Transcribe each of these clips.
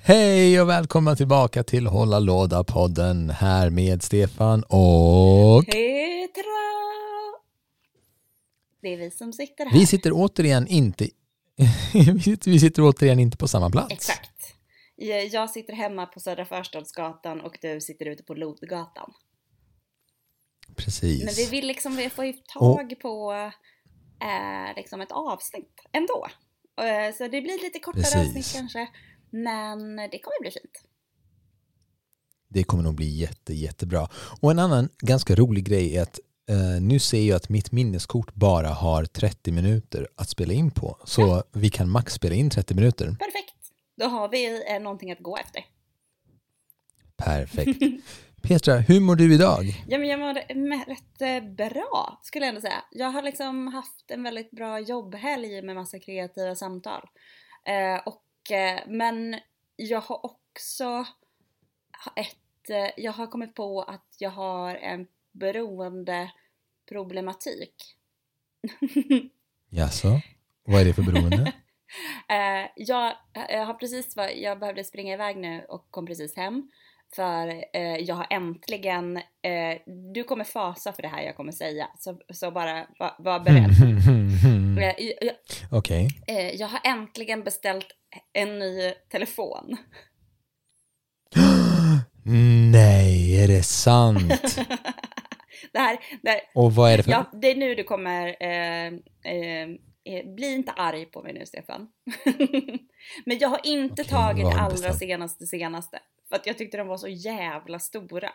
Hej och välkomna tillbaka till Hålla Låda-podden här med Stefan och... Petra! Det är vi som sitter här. Vi sitter återigen inte... vi sitter återigen inte på samma plats. Exakt. Jag sitter hemma på Södra Förstadsgatan och du sitter ute på Lodgatan. Precis. Men vi vill liksom, vi får ju tag på liksom ett avsnitt ändå. Så det blir lite kortare avsnitt kanske. Men det kommer bli fint. Det kommer nog bli jättebra. Och en annan ganska rolig grej är att nu ser jag att mitt minneskort bara har 30 minuter att spela in på. Så vi kan max spela in 30 minuter. Perfekt. Då har vi någonting att gå efter. Perfekt. Petra, hur mår du idag? Ja, men jag mår rätt bra skulle jag ändå säga. Jag har liksom haft en väldigt bra jobbhelg med massa kreativa samtal. Men jag har också jag har kommit på att jag har en beroendeproblematik. Jaså? Vad är det för beroende? Jag har precis jag behövde springa iväg nu och kom precis hem. För jag har äntligen, du kommer fasa för det här jag kommer säga. Så bara var beredd. Okej. Jag har äntligen beställt en ny telefon. Nej, är det sant? det här, och vad är det för... Ja, det är nu du kommer... bli inte arg på mig nu, Stefan. Men jag har inte tagit allra senaste. För att jag tyckte de var så jävla stora.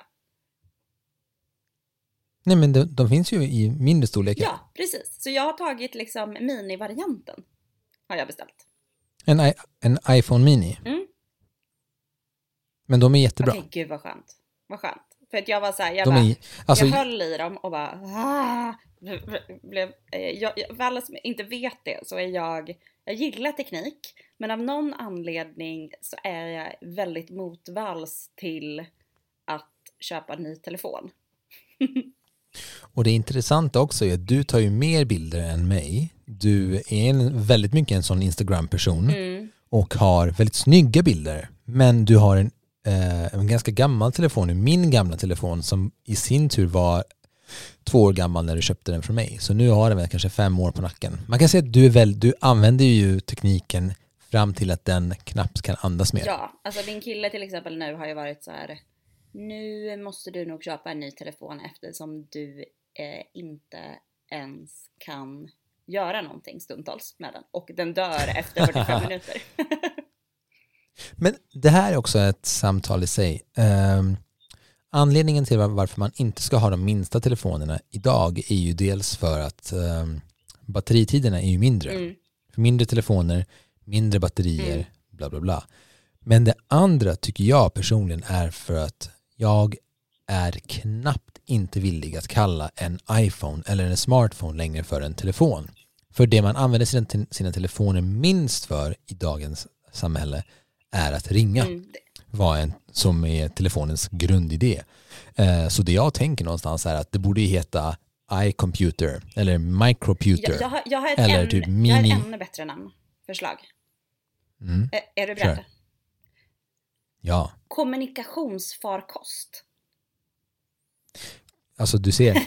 Nej, men de finns ju i mindre storlekar. Ja, precis. Så jag har tagit liksom mini-varianten. Har jag beställt. En iPhone Mini? Mm. Men de är jättebra. Okej, gud vad skönt. Vad skönt. För att jag var så här, jag höll i dem och bara... för alla som inte vet det så är jag gillar teknik. Men av någon anledning så är jag väldigt motvalls till att köpa en ny telefon. Och det intressanta också är att du tar ju mer bilder än mig. Du är väldigt mycket en sån Instagram-person. Och har väldigt snygga bilder. Men du har en ganska gammal telefon, min gamla telefon som i sin tur var 2 år gammal när du köpte den från mig. Så nu har den väl kanske 5 år på nacken. Man kan säga att du använder ju tekniken fram till att den knappt kan andas mer. Ja, alltså min kille till exempel nu har ju varit så här: nu måste du nog köpa en ny telefon eftersom du inte ens kan göra någonting stundtals med den. Och den dör efter 45 minuter. Men det här är också ett samtal i sig. Anledningen till varför man inte ska ha de minsta telefonerna idag är ju dels för att batteritiderna är ju mindre. För mindre telefoner, mindre batterier, bla bla bla. Men det andra tycker jag personligen är för att jag är knappt inte villig att kalla en iPhone eller en smartphone längre för en telefon. För det man använder sina telefoner minst för i dagens samhälle är att ringa. Som är telefonens grundidé. Så det jag tänker någonstans är att det borde heta iComputer eller Microputer. Jag har ett ännu bättre namnförslag. Är du beredd? Ja. Kommunikationsfarkost. Alltså du ser.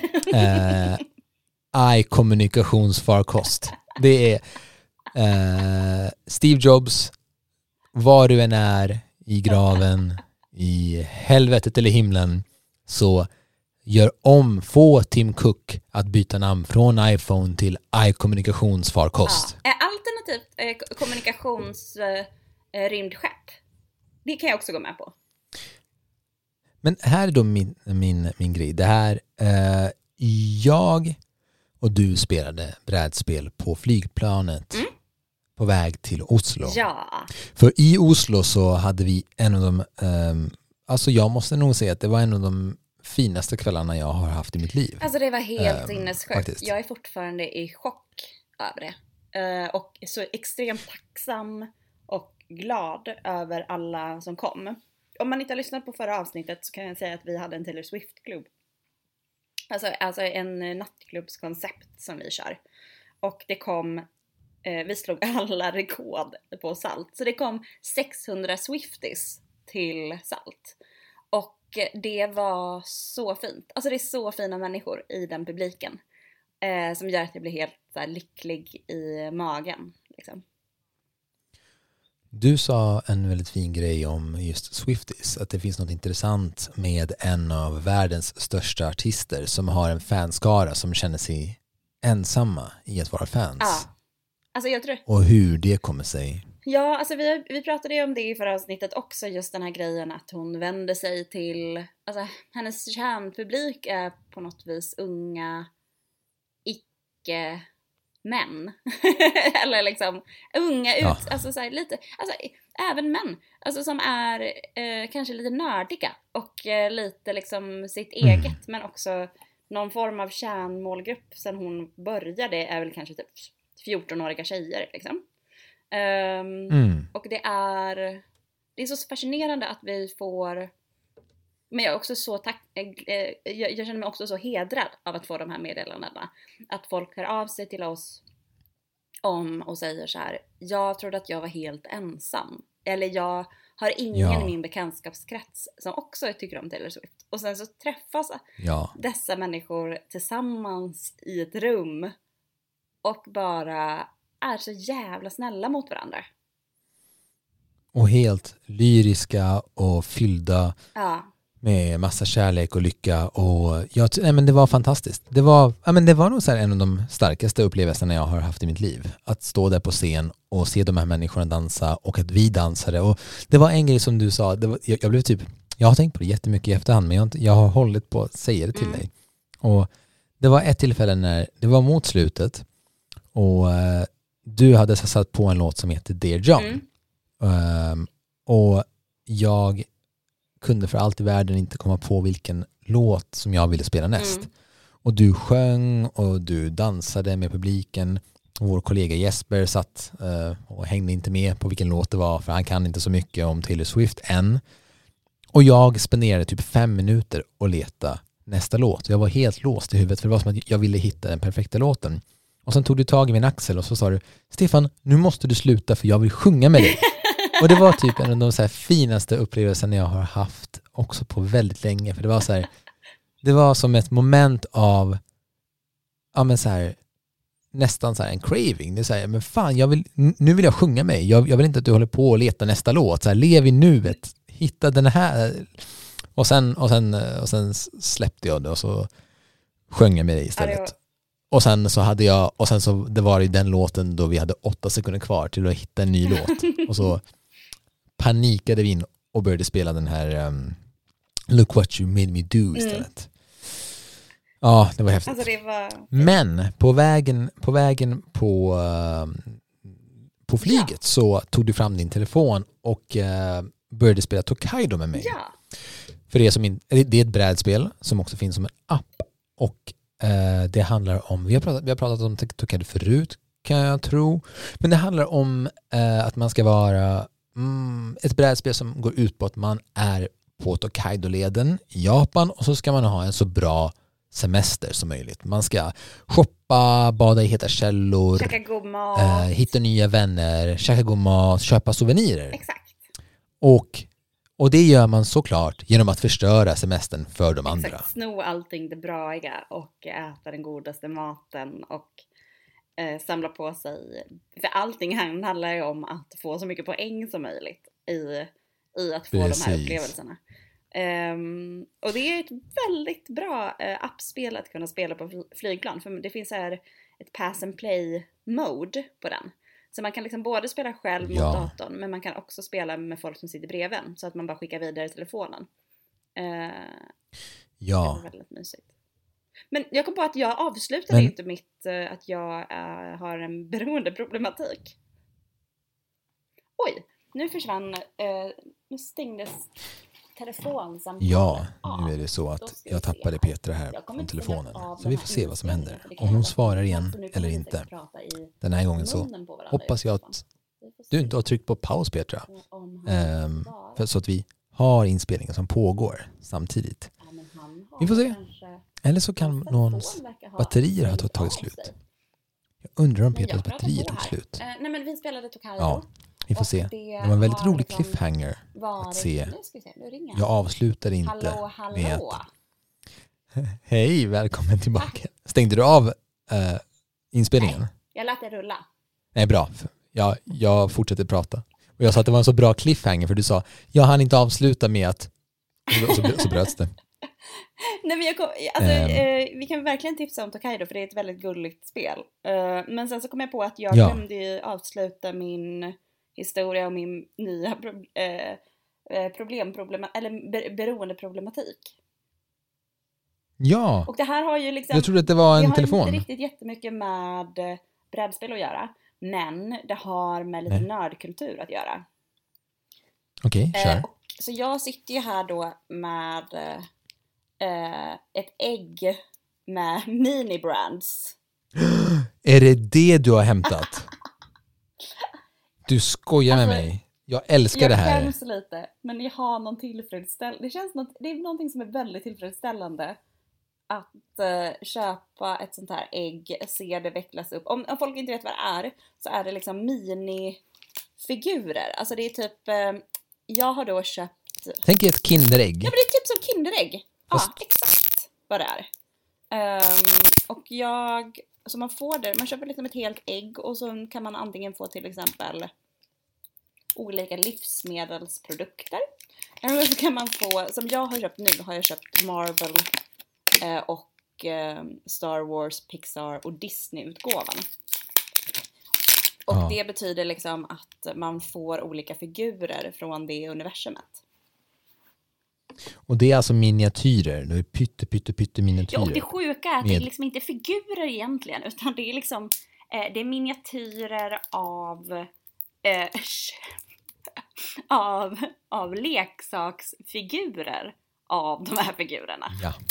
iCommunikationsfarkost. Det är Steve Jobs, var du än är i graven, i helvetet eller himlen, så få Tim Cook att byta namn från iPhone till iCommunikationsfarkost. Alternativt kommunikationsrymdskepp. Det kan jag också gå med på. Men här är då min grej. Det här, jag och du spelade brädspel på flygplanet på väg till Oslo. Ja. För i Oslo så hade vi en av de, alltså jag måste nog säga att det var en av de finaste kvällarna jag har haft i mitt liv. Alltså det var helt sinnessjukt. Faktiskt. Jag är fortfarande i chock över det. Och så extremt tacksam och glad över alla som kom. Om man inte har lyssnat på förra avsnittet så kan jag säga att vi hade en Taylor Swift-klubb. Alltså en nattklubbskoncept som vi kör. Och det kom vi slog alla rekord på Salt. Så det kom 600 Swifties till Salt. Och det var så fint. Alltså det är så fina människor i den publiken. Som gör att jag blir helt så här, lycklig i magen. Liksom. Du sa en väldigt fin grej om just Swifties. Att det finns något intressant med en av världens största artister som har en fanskara som känner sig ensamma i att vara fans. Ja. Alltså jag tror... Och hur det kommer sig. Ja, alltså vi pratade ju om det i förra avsnittet också, just den här grejen att hon vänder sig till, alltså hennes kärnpublik är på något vis unga icke-män. Eller liksom unga alltså så här, lite, alltså även män, alltså som är kanske lite nördiga och lite liksom sitt eget, men också någon form av kärnmålgrupp sen hon började är väl kanske typ 14-åriga tjejer liksom. Och det är så fascinerande att vi får, men jag är också så jag känner mig också så hedrad av att få de här meddelandena, att folk hör av sig till oss om och säger så här: jag trodde att jag var helt ensam, eller jag har ingen i min bekantskapskrets som också tycker om Taylor Swift, och sen så träffas dessa människor tillsammans i ett rum och bara är så jävla snälla mot varandra. Och helt lyriska och fyllda med massa kärlek och lycka. Och men det var fantastiskt. Det var nog så här en av de starkaste upplevelserna jag har haft i mitt liv. Att stå där på scen och se de här människorna dansa och att vi dansade. Och det var en grej som du sa. Jag blev typ, jag har tänkt på det jättemycket i efterhand, men jag har hållit på att säga det till dig. Och det var ett tillfälle när det var mot slutet och du hade satt på en låt som heter Dear John. Och jag kunde för allt i världen inte komma på vilken låt som jag ville spela näst. Och du sjöng och du dansade med publiken. Vår kollega Jesper satt och hängde inte med på vilken låt det var, för han kan inte så mycket om Taylor Swift än. Och jag spenderade typ 5 minuter och leta nästa låt. Jag var helt låst i huvudet, för det var som att jag ville hitta den perfekta låten. Och sen tog du tag i min axel och så sa du: Stefan, nu måste du sluta för jag vill sjunga med dig. Och det var typ en av de så här finaste upplevelserna jag har haft också på väldigt länge. För det var så här, det var som ett moment av så här, nästan så här en craving. Det är så här, men fan, nu vill jag sjunga mig. Jag vill inte att du håller på och letar nästa låt. Så här, lev i nuet. Hitta den här. Och sen släppte jag det och så sjöng jag med dig istället. Och sen så det var i den låten då vi hade 8 sekunder kvar till att hitta en ny låt. Och så panikade vi in och började spela den här Look What You Made Me Do istället. Ja, det var häftigt. Alltså det var... Men på vägen på flyget så tog du fram din telefon och började spela Tokaido med mig. Ja. För det är ett brädspel som också finns som en app, och det handlar om, vi har pratat om Tokaido förut kan jag tro, men det handlar om att man ska vara ett brädspel som går ut på att man är på Tokaido-leden i Japan, och så ska man ha en så bra semester som möjligt. Man ska shoppa, bada i heta källor, käka god mat, hitta nya vänner, käka god mat, köpa souvenirer. Exakt. Och det gör man såklart genom att förstöra semestern för de andra. Exakt. Sno allting det braiga och äta den godaste maten och samla på sig. För allting handlar ju om att få så mycket poäng som möjligt i att få de här upplevelserna. Och det är ett väldigt bra appspel att kunna spela på flygplan. För det finns här ett pass and play mode på den. Så man kan liksom både spela själv mot datorn, men man kan också spela med folk som sitter bredvid, så att man bara skickar vidare telefonen. Det var väldigt mysigt. Men jag kom på att jag avslutade inte mitt att jag har en beroendeproblematik. Oj, nu försvann, nu stängdes telefonsamtalet. Ja, nu är det så att jag tappade Petra här på telefonen. Så vi får se vad som händer. Om hon svarar igen eller inte. Den här gången så hoppas jag att du inte har tryckt på paus, Petra. För så att vi har inspelningen som pågår samtidigt. Vi får se. Eller så kan någons batterier ha tagit slut. Jag undrar om Men Petras jag pratar batterier på tog här. slut. Nej men vi spelade Tokaido. Ja, vi får Och se. det Det var en väldigt har rolig liksom cliffhanger att se. Nu ska vi se, nu ringer Jag avslutar inte Hallå. med att... Hej, välkommen tillbaka. Stängde du av inspelningen? Nej, jag lät det rulla. Nej, bra. Jag fortsätter prata. Och jag sa att det var en så bra cliffhanger för du sa, jag hann inte avsluta med att... Så bröts det. Nej, men vi kan verkligen tipsa om Tokaido för det är ett väldigt gulligt spel. Men sen så kom jag på att jag glömde ju avsluta min historia och min nya beroendeproblematik. Ja, Och det här har ju liksom... jag trodde att det var en det telefon. har inte riktigt jättemycket med brädspel att göra. Men det har med lite nördkultur att göra. Okej, kör. Så jag sitter ju här då med ett ägg med mini-brands. Är det du har hämtat? Du skojar med mig. Jag älskar det här. Jag skäms lite, men jag har någon tillfredsställande. Det är någonting som är väldigt tillfredsställande att köpa ett sånt här ägg, se det vecklas upp. Om folk inte vet vad det är, så är det liksom minifigurer. Alltså det är typ, jag har då köpt... Tänk ett kinderägg. Ja, men det är typ som kinderägg. Fast... Ja, exakt vad det är. Så man får det, man köper liksom ett helt ägg och så kan man antingen få till exempel olika livsmedelsprodukter. Eller så kan man få, som jag har köpt nu, har jag köpt Marvel och Star Wars, Pixar och Disney-utgåvan. Och det betyder liksom att man får olika figurer från det universumet. Och det är alltså miniatyrer. Det är pytte miniatyrer. Ja, och det sjuka är att det är liksom inte figurer egentligen, utan det är liksom det är miniatyrer av leksaksfigurer av de här figurerna.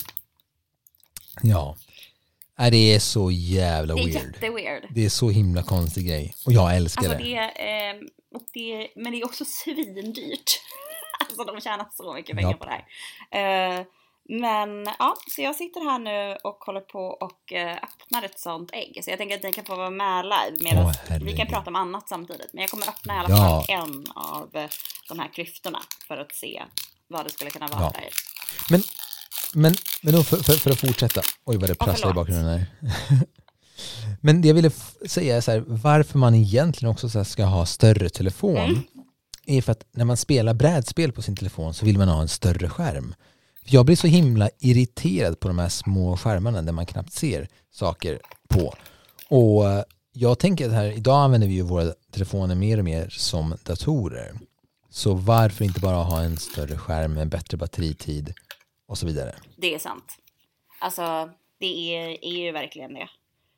Ja. Det är så jävla weird. Det är jätteweird. Det är så himla konstig grej. Och jag älskar alltså men det är också svindyrt. Alltså de tjänar så mycket pengar på det här. Men ja, så jag sitter här nu och håller på och öppnar ett sånt ägg. Så jag tänker att ni kan få vara med live medan vi kan prata om annat samtidigt. Men jag kommer öppna i alla fall en av de här klyftorna för att se vad det skulle kunna vara där. Men då för att fortsätta. Oj, vad det prasslar i bakgrunden här. Men det jag ville säga är så här, varför man egentligen också så här ska ha större telefon är för att när man spelar brädspel på sin telefon så vill man ha en större skärm. Jag blir så himla irriterad på de här små skärmarna där man knappt ser saker på. Och jag tänker att idag använder vi ju våra telefoner mer och mer som datorer. Så varför inte bara ha en större skärm med bättre batteritid och så vidare. Det är sant. Alltså, det är ju verkligen det.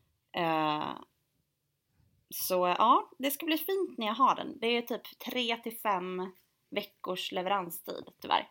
Så ja, det ska bli fint när jag har den. Det är typ 3-5 veckors leveranstid, tyvärr.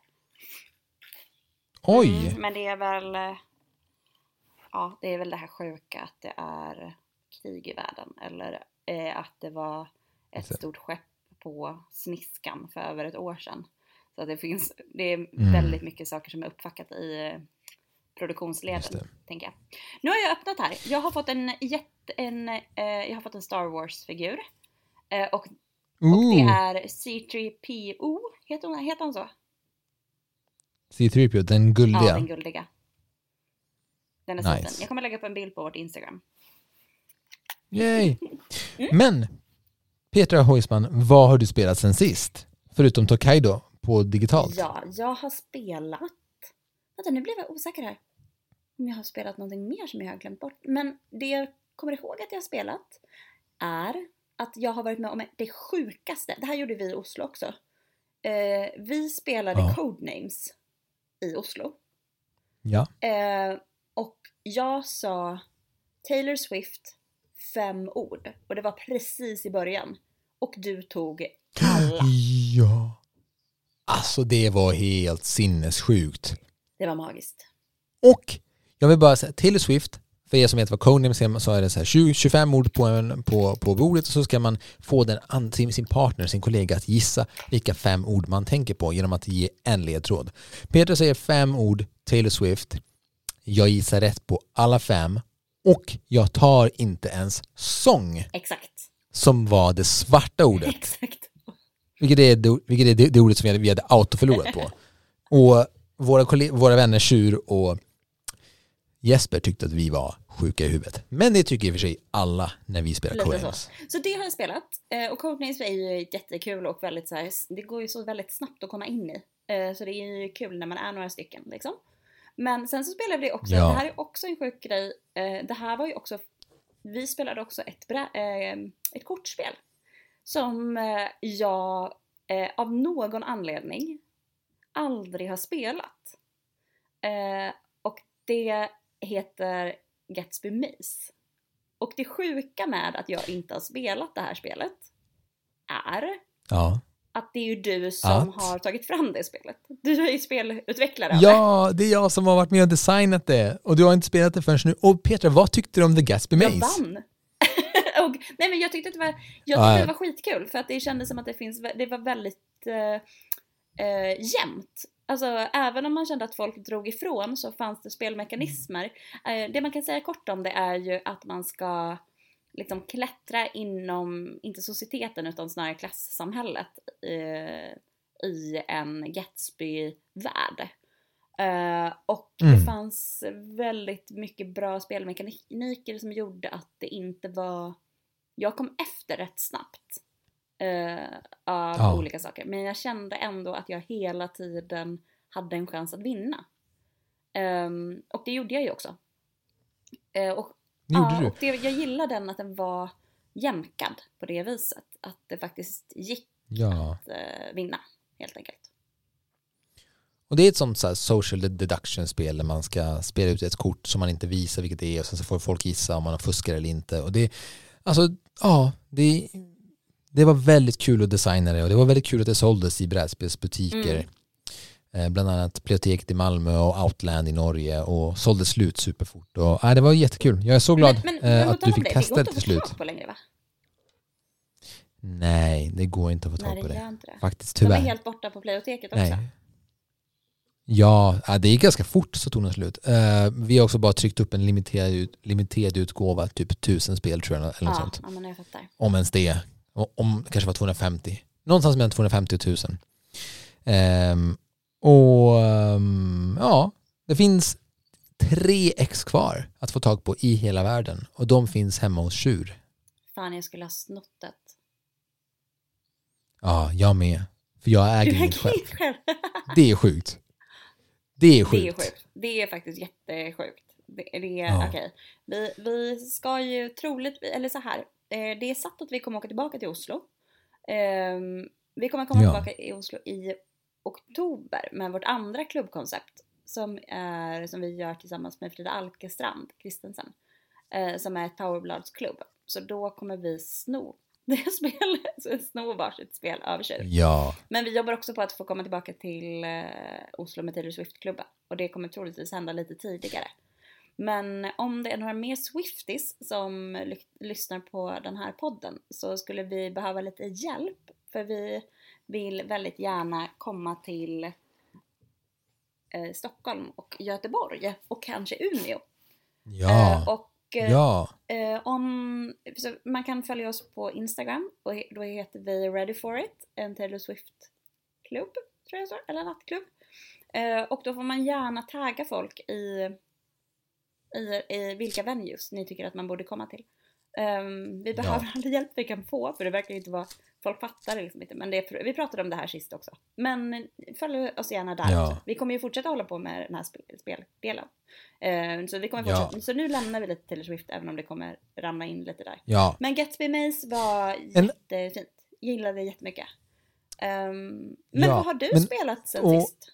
Oj! Men det är väl... Ja, det är väl det här sjuka att det är krig i världen. Eller att det var ett stort skepp på Sniskan för över ett år sedan. Så att det är väldigt mycket saker som är uppfackat i produktionsleden, tänker jag. Nu har jag öppnat här. Jag har fått jag har fått en Star Wars-figur. Och det är C3PO. Heter hon så? C3PO, den guldiga. Ja, den guldiga. Den är nice. fin. Jag kommer lägga upp en bild på vårt Instagram. Yay! Men, Petra Huisman, vad har du spelat sen sist? Förutom Tokaido på digitalt. Ja, jag har spelat... Vänta, nu blev jag osäker här. Om jag har spelat någonting mer som jag har glömt bort. Men det jag kommer ihåg att jag har spelat är att jag har varit med om det sjukaste. Det här gjorde vi i Oslo också. Vi spelade Codenames i Oslo. Ja. Och jag sa Taylor Swift 5 ord. Och det var precis i början. Och du tog alla. Ja. Alltså det var helt sinnessjukt. Det var magiskt. Och jag vill bara säga, Taylor Swift, för er som vet vad Codenames är, så är det så här 25 ord på bordet och så ska man få sin partner, sin kollega att gissa vilka 5 ord man tänker på genom att ge en ledtråd. Peter säger 5 ord, Taylor Swift. Jag gissar rätt på alla 5 Och jag tar inte ens sång. Exakt. Som var det svarta ordet. Exakt. Vilket är det ordet som vi hade autoförlorat på. Och våra vänner Tjur och Jesper tyckte att vi var sjuka i huvudet. Men det tycker i och för sig alla när vi spelar Codenames. Så det har jag spelat. Och Codenames är ju jättekul och väldigt så här, det går ju så väldigt snabbt att komma in i. Så det är ju kul när man är några stycken liksom. Men sen så spelade vi också, det här är också en sjuk grej. Det här var ju också, vi spelade också ett kortspel. Som jag av någon anledning aldrig har spelat. Och det heter Gatsby Maze. Och det sjuka med att jag inte har spelat det här spelet är att det är ju du som har tagit fram det spelet. Du är ju spelutvecklare. Ja, det är jag som har varit med och designat det. Och du har inte spelat det förrän nu. Och Petra, vad tyckte du om The Gatsby Maze? Jag vann. Nej, men jag tyckte att det var skitkul. För att det kändes som att det var väldigt jämnt. Alltså även om man kände att folk drog ifrån så fanns det spelmekanismer. Det man kan säga kort om det är ju att man ska liksom klättra inom, inte societeten utan snarare klassamhället i en Gatsby-värld. Och det fanns väldigt mycket bra spelmekaniker som gjorde att det inte var... Jag kom efter rätt snabbt av olika saker. Men jag kände ändå att jag hela tiden hade en chans att vinna. Och det gjorde jag ju också. Och jag gillade att den var jämkad på det viset. Att det faktiskt gick att vinna, helt enkelt. Och det är ett sånt så här social deduction-spel där man ska spela ut ett kort som man inte visar vilket det är och sen så får folk gissa om man har fuskar eller inte. Och det, alltså, det var väldigt kul att designa det och det var väldigt kul att det såldes i brädspelsbutiker. Bland annat Biblioteket i Malmö och Outland i Norge och sålde slut superfort. Och, det var jättekul. Jag är så glad att du fick testa det till slut. Det går inte att få tag på längre, va? Nej, det går inte att få tag på det. Inte det. Faktiskt, tyvärr. De är helt borta på Biblioteket också. Nej. Ja, det gick ganska fort så tog den slut. Vi har också bara tryckt upp en limiterad utgåva, typ 1000 spel tror jag, eller något sånt. Ja, men jag fattar. Om ens det. Om kanske var 250. Någonstans mellan 250 och 1000. Det finns 3 ex kvar att få tag på i hela världen. Och de finns hemma hos Tjur. Fan, jag skulle ha snott det. Ja, jag med. För jag äger inget själv. Det är sjukt. Det är sjukt. Det är faktiskt jättesjukt. Okej. Vi ska ju troligt, eller så här. Det är satt att vi kommer åka tillbaka till Oslo. Vi kommer komma tillbaka i Oslo i oktober med vårt andra klubbkoncept som vi gör tillsammans med Frida Alkestrand Kristensen, som är ett Powerblads-klubb. Så då kommer vi sno det spelet, sno varsitt spel över sig. Ja. Men vi jobbar också på att få komma tillbaka till Oslo med Taylor Swift-klubben. Och det kommer troligtvis hända lite tidigare. Men om det är några mer Swifties som lyssnar på den här podden så skulle vi behöva lite hjälp. För vi vill väldigt gärna komma till Stockholm och Göteborg och kanske Umeå. Ja. Så man kan följa oss på Instagram och då heter vi Ready for it, en Taylor Swift-klubb, tror jag så, eller nattklubb. Och då får man gärna tagga folk i vilka venues ni tycker att man borde komma till. Vi behöver all hjälp vi kan få, för det verkar inte vara, folk fattar det liksom inte, men vi pratade om det här sist också. Men följ oss gärna där också. Vi kommer ju fortsätta hålla på med den här speldelen. Så vi kommer fortsätta. Så nu lämnar vi lite Taylor Swift, även om det kommer ramla in lite där. Men Gatsby Maze var jättefint. Gillade det jättemycket. Men vad har du spelat sen sist?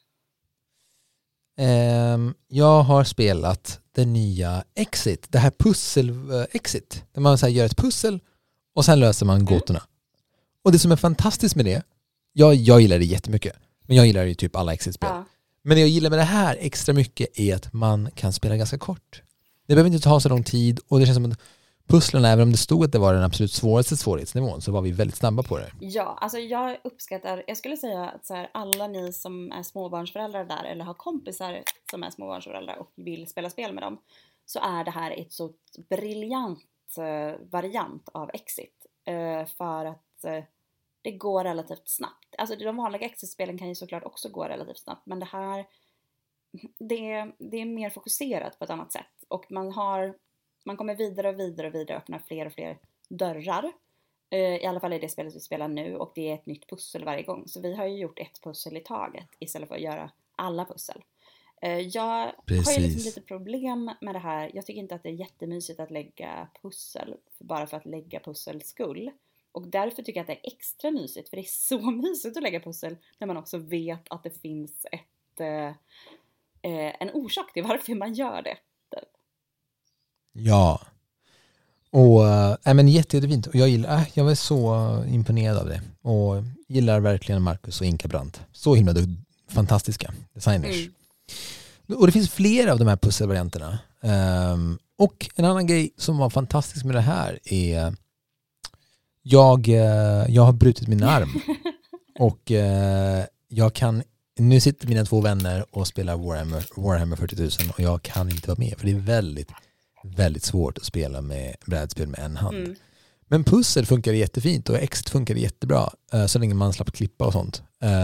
Jag har spelat det nya Exit, det här pussel-Exit, där man så här gör ett pussel och sen löser man gåtorna. Och det som är fantastiskt med det, jag gillar det jättemycket, men jag gillar ju typ alla Exit-spel. Men det jag gillar med det här extra mycket är att man kan spela ganska kort. Det behöver inte ta så lång tid och det känns som att pusslen, även om det stod att det var den absolut svåraste svårighetsnivån, så var vi väldigt snabba på det. Ja, alltså jag uppskattar, jag skulle säga att så här, alla ni som är småbarnsföräldrar där eller har kompisar som är småbarnsföräldrar och vill spela spel med dem, så är det här ett så briljant variant av Exit. För att det går relativt snabbt. Alltså de vanliga Exit-spelen kan ju såklart också gå relativt snabbt, men det här det är mer fokuserat på ett annat sätt. Och man kommer vidare och vidare och vidare, öppnar fler och fler dörrar. I alla fall i det spelet vi spelar nu, och det är ett nytt pussel varje gång. Så vi har ju gjort ett pussel i taget istället för att göra alla pussel. Jag har ju liksom lite problem med det här. Jag tycker inte att det är jättemysigt att lägga pussel bara för att lägga pussels skull. Och därför tycker jag att det är extra mysigt, för det är så mysigt att lägga pussel när man också vet att det finns en orsak till varför man gör det. Ja. Och men jättefint. Och jag var så imponerad av det. Och gillar verkligen Marcus och Inka Brandt. Så himla fantastiska designers. Och det finns flera av de här pusselvarianterna. Och en annan grej som var fantastisk med det här är jag har brutit min arm. Och nu sitter mina 2 vänner och spelar Warhammer 40 000 och jag kan inte vara med, för det är väldigt, väldigt svårt att spela med brädspel med en hand. Men pussel funkar jättefint och Exit funkar jättebra så länge man slapp klippa och sånt.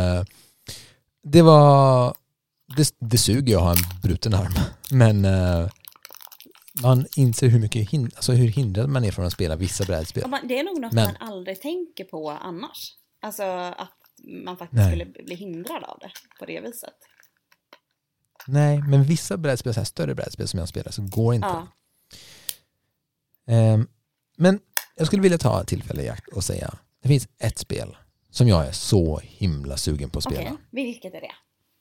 Det suger att ha en bruten arm, men man inser hur hindrad man är från att spela vissa brädspel. Det är nog något man aldrig tänker på annars. Alltså att man faktiskt skulle bli hindrad av det på det viset. Nej, men vissa brädspel, så här större brädspel som jag spelar, så går inte. Ja. Men jag skulle vilja ta ett tillfälle i akt och säga, det finns ett spel som jag är så himla sugen på att spela. Okej, vilket är det?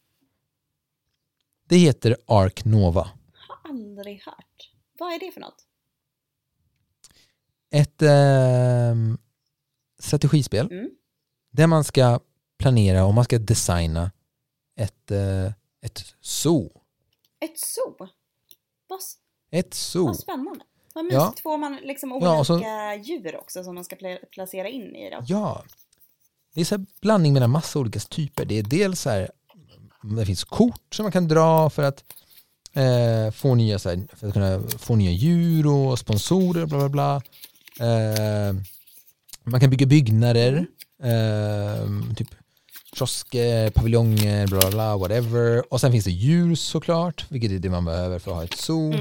Det heter Ark Nova. Har aldrig hört. Vad är det för något? Ett strategispel där man ska planera och man ska designa ett zoo. Ett zoo? Ett zoo. Vad spännande. Vad mysigt. Får man liksom olika djur också som man ska placera in i då? Ja. Det är så här blandning mellan massa olika typer. Det är dels så här, det finns kort som man kan dra för att få nya så här, för att kunna få nya djur och sponsorer, bla bla bla. Man kan bygga byggnader, typ kiosker, paviljonger, bla bla bla, whatever. Och sen finns det djur såklart, vilket är det man behöver för att ha ett zoo.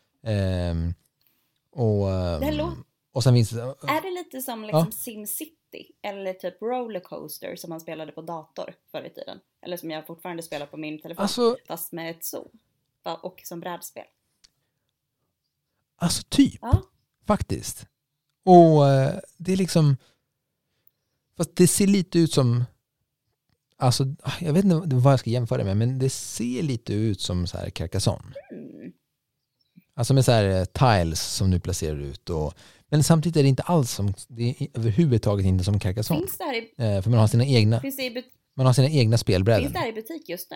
Och sen finns det... Är det lite som liksom SimCity eller typ Rollercoaster som man spelade på dator förr i tiden? Eller som jag fortfarande spelar på min telefon, fast med ett zoo och som brädspel? Alltså typ, faktiskt. Och det är liksom... Fast det ser lite ut som... Alltså, jag vet inte vad jag ska jämföra med, men det ser lite ut som så här Carcassonne. Alltså med så här tiles som du placerar ut. Men samtidigt är det inte alls som... Det är överhuvudtaget inte som Carcassonne. Finns det här för man har sina egna... Man har sina egna spelbräden. Finns det här i butik just nu?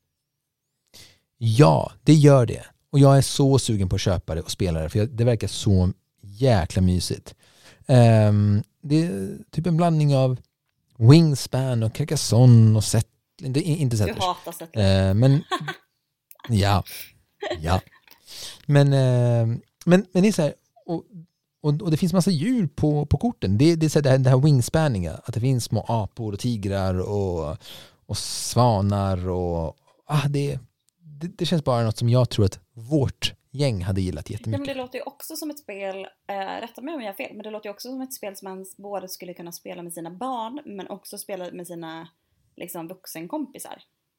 Ja, det gör det. Och jag är så sugen på att köpa det och spela det. För det verkar så jäkla mysigt. Det är typ en blandning av Wingspan och Carcassonne och Settlers. Det är inte Settlers. Du hatar Settlers. Men ja. Men det är så här, och det finns massa djur på korten. Det är så här, det här wingspanning, att det finns små apor och tigrar och svanar och det känns bara något som jag tror att vårt gäng hade gillat jättemycket. Ja, men det låter ju också som ett spel, rätta mig om jag har fel, men det låter ju också som ett spel som man både skulle kunna spela med sina barn men också spela med sina liksom vuxenkompisar.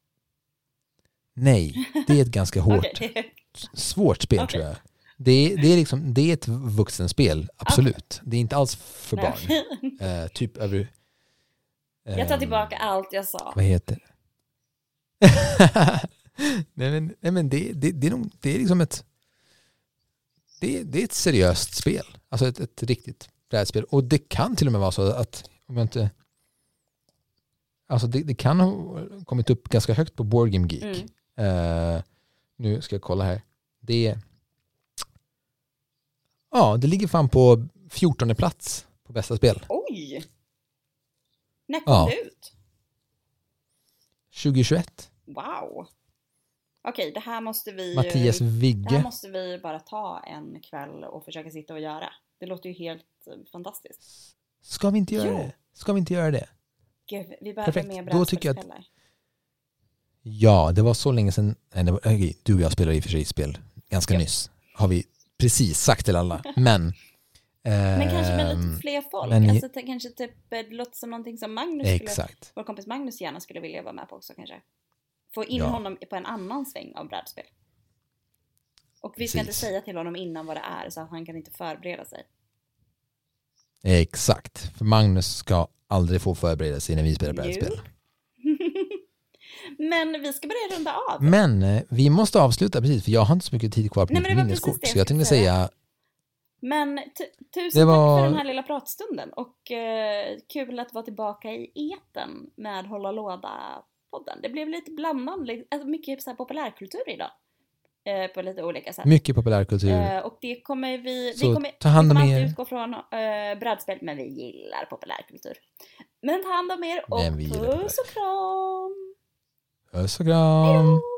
Nej, det är ett ganska hårt svårt spel tror jag. Det är ett vuxenspel, absolut. Det är inte alls för barn. Typ över... jag tar tillbaka allt jag sa. Vad heter nej men det är liksom ett... Det är ett seriöst spel. Alltså ett riktigt brädspel. Och det kan till och med vara så att om jag inte... Alltså det kan ha kommit upp ganska högt på Board Game Geek. Nu ska jag kolla här. Det är... Ja, det ligger fan på 14:e plats på bästa spel. Oj! När kom det ut? 2021. Wow. Okej, det här måste vi... Mattias Vigge. Det här måste vi bara ta en kväll och försöka sitta och göra. Det låter ju helt fantastiskt. Ska vi inte göra det? Ska vi inte göra det? Gud, vi behöver mer brädspelsspelare. Ja, det var så länge sedan. Nej, du och jag spelade i och för sig spel ganska nyss. Har vi precis sagt till alla. Men kanske med lite fler folk. Alltså, kanske typ, det låter som någonting som Magnus vår kompis Magnus gärna skulle vilja vara med på också kanske. Få in honom på en annan sväng av brädspel. Och vi ska inte säga till honom innan vad det är så att han kan inte förbereda sig. Exakt. För Magnus ska aldrig få förbereda sig när vi spelar brädspel. Men vi ska börja runda av. Men vi måste avsluta precis för jag har inte så mycket tid kvar på mitt minneskort. Så jag tänkte säga... Men tusen tack för den här lilla pratstunden. Och kul att vara tillbaka i eten med Hålla Låda-podden. Det blev lite blandad, alltså mycket så här populärkultur idag. På lite olika sätt. Mycket populärkultur. Och det kommer vi kommer alltid utgå från brädspel, men vi gillar populärkultur. Men ta hand om er och puss och kram! Puss och kram!